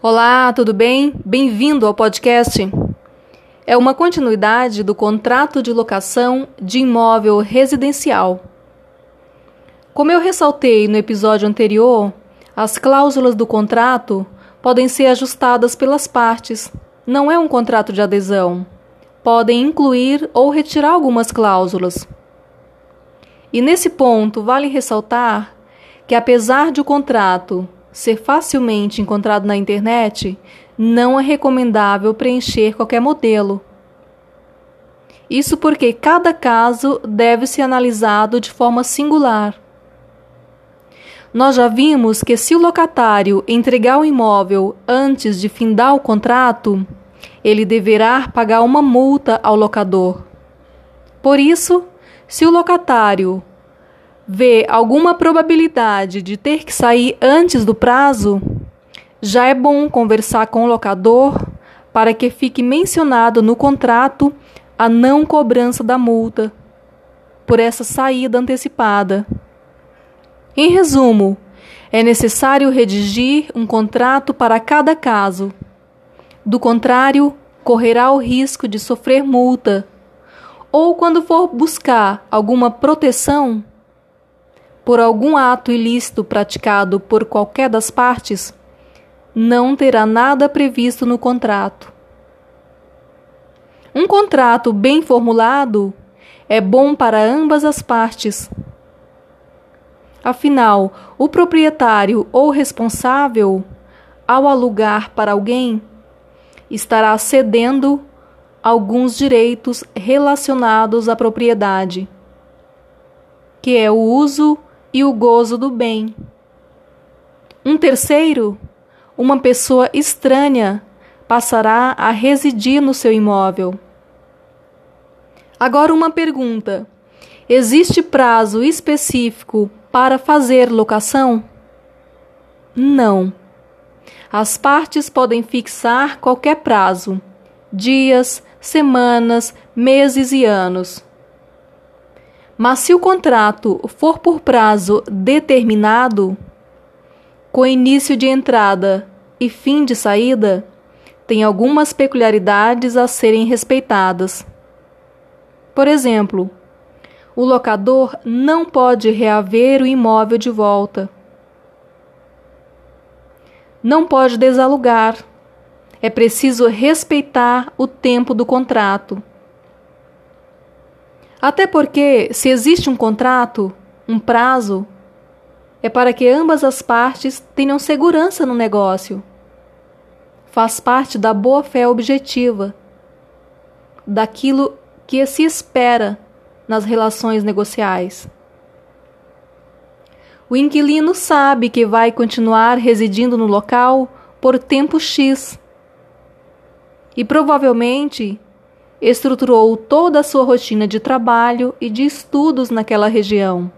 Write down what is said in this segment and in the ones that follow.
Olá, tudo bem? Bem-vindo ao podcast. É uma continuidade do contrato de locação de imóvel residencial. Como eu ressaltei no episódio anterior, as cláusulas do contrato podem ser ajustadas pelas partes. Não é um contrato de adesão. Podem incluir ou retirar algumas cláusulas. E nesse ponto, vale ressaltar que, apesar de o contrato ser facilmente encontrado na internet, não é recomendável preencher qualquer modelo. Isso porque cada caso deve ser analisado de forma singular. Nós já vimos que, se o locatário entregar o imóvel antes de findar o contrato, ele deverá pagar uma multa ao locador. Por isso, se o locatário vê alguma probabilidade de ter que sair antes do prazo, já é bom conversar com o locador para que fique mencionado no contrato a não cobrança da multa por essa saída antecipada. Em resumo, é necessário redigir um contrato para cada caso. Do contrário, correrá o risco de sofrer multa, ou quando for buscar alguma proteção por algum ato ilícito praticado por qualquer das partes, não terá nada previsto no contrato. Um contrato bem formulado é bom para ambas as partes. Afinal, o proprietário ou responsável, ao alugar para alguém, estará cedendo alguns direitos relacionados à propriedade, que é o uso e o gozo do bem. Um terceiro, uma pessoa estranha, passará a residir no seu imóvel. Agora uma pergunta: existe prazo específico para fazer locação? Não. As partes podem fixar qualquer prazo, dias, semanas, meses e anos. Mas se o contrato for por prazo determinado, com início de entrada e fim de saída, tem algumas peculiaridades a serem respeitadas. Por exemplo, o locador não pode reaver o imóvel de volta. Não pode desalugar. É preciso respeitar o tempo do contrato. Até porque, se existe um contrato, um prazo, é para que ambas as partes tenham segurança no negócio. Faz parte da boa-fé objetiva, daquilo que se espera nas relações negociais. O inquilino sabe que vai continuar residindo no local por tempo X e provavelmente estruturou toda a sua rotina de trabalho e de estudos naquela região.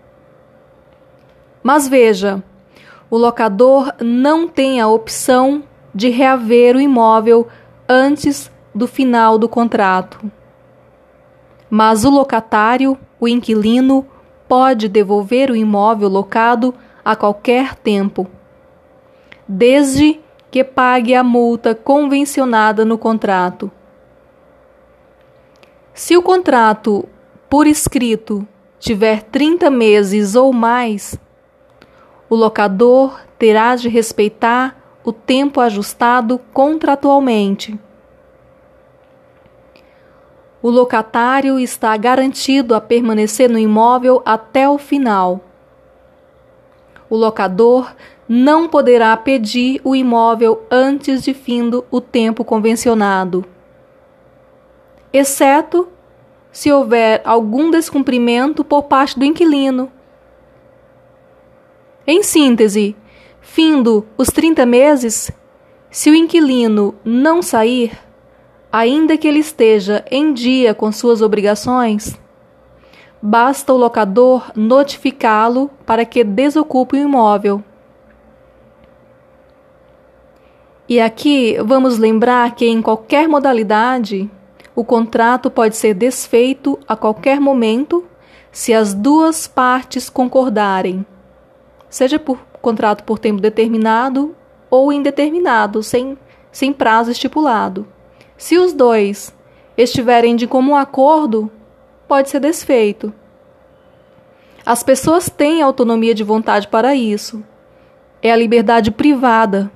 Mas veja, o locador não tem a opção de reaver o imóvel antes do final do contrato. Mas o locatário, o inquilino, pode devolver o imóvel locado a qualquer tempo, desde que pague a multa convencionada no contrato. Se o contrato, por escrito, tiver 30 meses ou mais, o locador terá de respeitar o tempo ajustado contratualmente. O locatário está garantido a permanecer no imóvel até o final. O locador não poderá pedir o imóvel antes de findo o tempo convencionado, exceto se houver algum descumprimento por parte do inquilino. Em síntese, findo os 30 meses, se o inquilino não sair, ainda que ele esteja em dia com suas obrigações, basta o locador notificá-lo para que desocupe o imóvel. E aqui vamos lembrar que, em qualquer modalidade, o contrato pode ser desfeito a qualquer momento se as duas partes concordarem, seja por contrato por tempo determinado ou indeterminado, sem prazo estipulado. Se os dois estiverem de comum acordo, pode ser desfeito. As pessoas têm autonomia de vontade para isso. É a liberdade privada.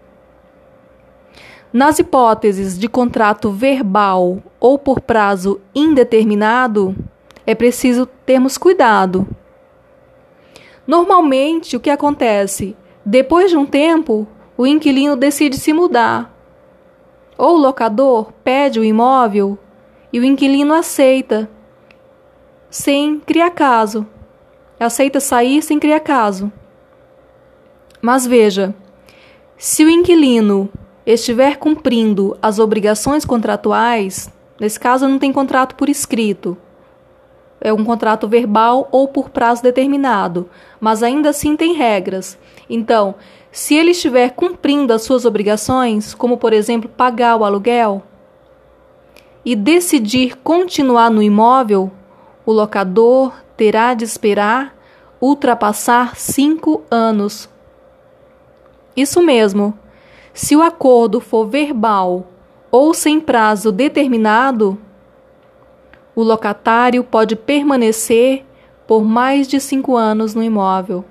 Nas hipóteses de contrato verbal ou por prazo indeterminado, é preciso termos cuidado. Normalmente, o que acontece? Depois de um tempo, o inquilino decide se mudar. Ou o locador pede o imóvel e o inquilino aceita, sem criar caso. Aceita sair sem criar caso. Mas veja, se o inquilino estiver cumprindo as obrigações contratuais, nesse caso não tem contrato por escrito, é um contrato verbal ou por prazo determinado, mas ainda assim tem regras. Então, se ele estiver cumprindo as suas obrigações, como por exemplo pagar o aluguel, e decidir continuar no imóvel, o locador terá de esperar ultrapassar 5 anos. Isso mesmo, se o acordo for verbal ou sem prazo determinado, o locatário pode permanecer por mais de 5 anos no imóvel.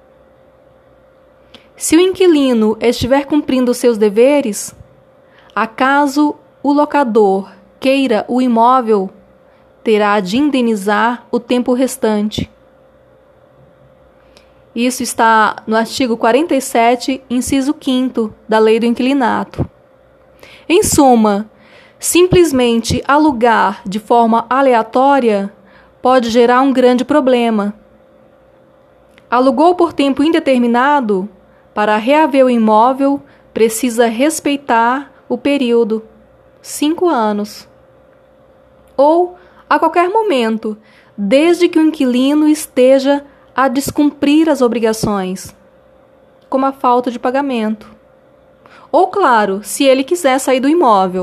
Se o inquilino estiver cumprindo seus deveres, acaso o locador queira o imóvel, terá de indenizar o tempo restante. Isso está no artigo 47, inciso 5º da Lei do Inquilinato. Em suma, simplesmente alugar de forma aleatória pode gerar um grande problema. Alugou por tempo indeterminado, para reaver o imóvel, precisa respeitar o período, 5 anos. Ou, a qualquer momento, desde que o inquilino esteja a descumprir as obrigações, como a falta de pagamento. Ou, claro, se ele quiser sair do imóvel.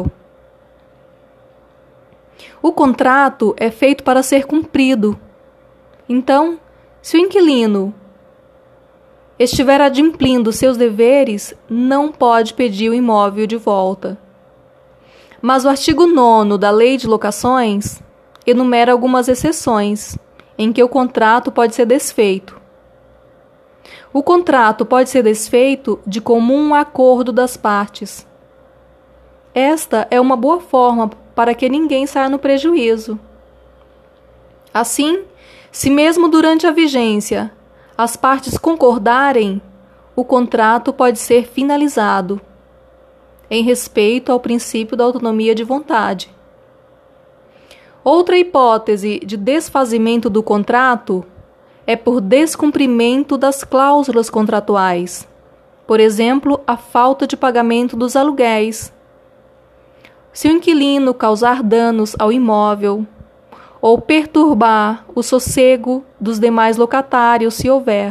O contrato é feito para ser cumprido. Então, se o inquilino estiver adimplindo seus deveres, não pode pedir o imóvel de volta. Mas o artigo 9º da Lei de Locações enumera algumas exceções em que o contrato pode ser desfeito. O contrato pode ser desfeito de comum acordo das partes. Esta é uma boa forma para que ninguém saia no prejuízo. Assim, se mesmo durante a vigência as partes concordarem, o contrato pode ser finalizado, em respeito ao princípio da autonomia de vontade. Outra hipótese de desfazimento do contrato é por descumprimento das cláusulas contratuais, por exemplo, a falta de pagamento dos aluguéis. Se o inquilino causar danos ao imóvel ou perturbar o sossego dos demais locatários, se houver.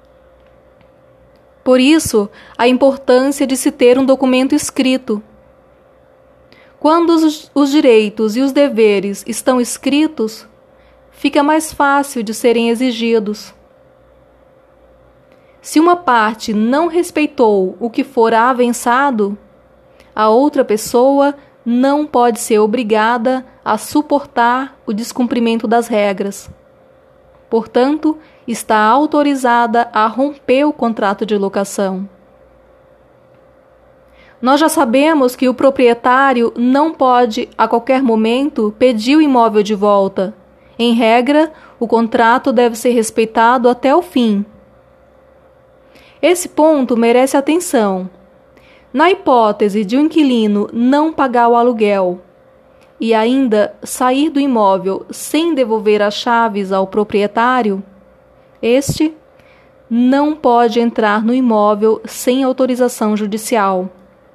Por isso, a importância de se ter um documento escrito. Quando os direitos e os deveres estão escritos, fica mais fácil de serem exigidos. Se uma parte não respeitou o que fora avançado, a outra pessoa não pode ser obrigada a suportar o descumprimento das regras. Portanto, está autorizada a romper o contrato de locação. Nós já sabemos que o proprietário não pode, a qualquer momento, pedir o imóvel de volta. Em regra, o contrato deve ser respeitado até o fim. Esse ponto merece atenção. Na hipótese de um inquilino não pagar o aluguel e ainda sair do imóvel sem devolver as chaves ao proprietário, este não pode entrar no imóvel sem autorização judicial.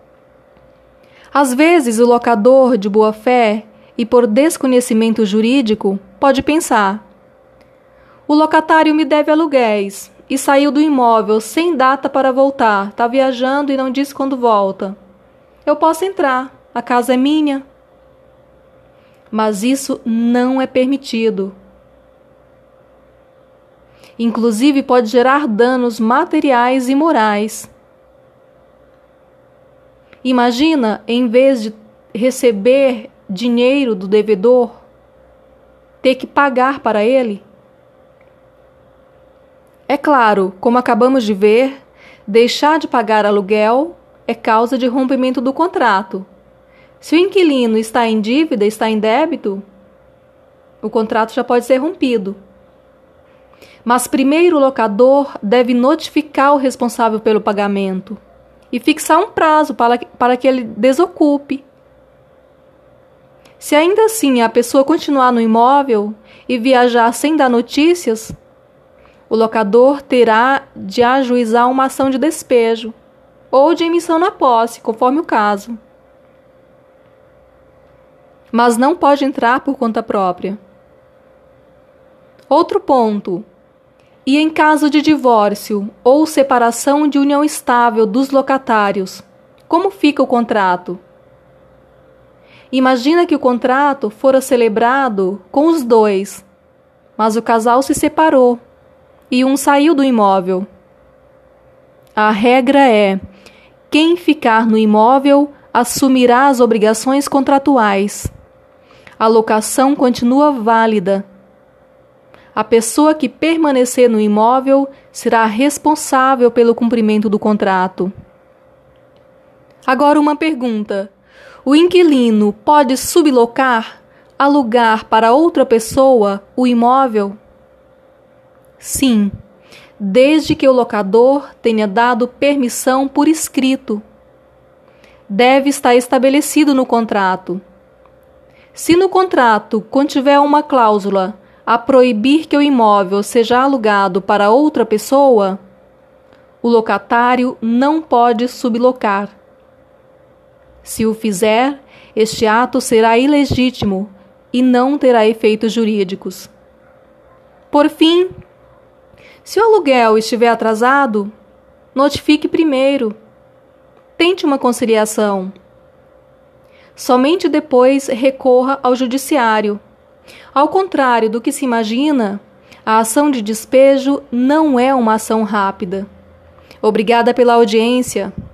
Às vezes, o locador de boa-fé e por desconhecimento jurídico pode pensar: o locatário me deve aluguéis e saiu do imóvel sem data para voltar, está viajando e não disse quando volta. Eu posso entrar, a casa é minha. Mas isso não é permitido. Inclusive pode gerar danos materiais e morais. Imagina, em vez de receber dinheiro do devedor, ter que pagar para ele? É claro, como acabamos de ver, deixar de pagar aluguel é causa de rompimento do contrato. Se o inquilino está em dívida, está em débito, o contrato já pode ser rompido. Mas primeiro o locador deve notificar o responsável pelo pagamento e fixar um prazo para que ele desocupe. Se ainda assim a pessoa continuar no imóvel e viajar sem dar notícias, o locador terá de ajuizar uma ação de despejo ou de emissão na posse, conforme o caso. Mas não pode entrar por conta própria. Outro ponto. E em caso de divórcio ou separação de união estável dos locatários, como fica o contrato? Imagina que o contrato fora celebrado com os dois, mas o casal se separou e um saiu do imóvel. A regra é: quem ficar no imóvel assumirá as obrigações contratuais. A locação continua válida. A pessoa que permanecer no imóvel será responsável pelo cumprimento do contrato. Agora uma pergunta: o inquilino pode sublocar, alugar para outra pessoa o imóvel? Sim, desde que o locador tenha dado permissão por escrito. Deve estar estabelecido no contrato. Se no contrato contiver uma cláusula a proibir que o imóvel seja alugado para outra pessoa, o locatário não pode sublocar. Se o fizer, este ato será ilegítimo e não terá efeitos jurídicos. Por fim, se o aluguel estiver atrasado, notifique primeiro. Tente uma conciliação. Somente depois recorra ao judiciário. Ao contrário do que se imagina, a ação de despejo não é uma ação rápida. Obrigada pela audiência.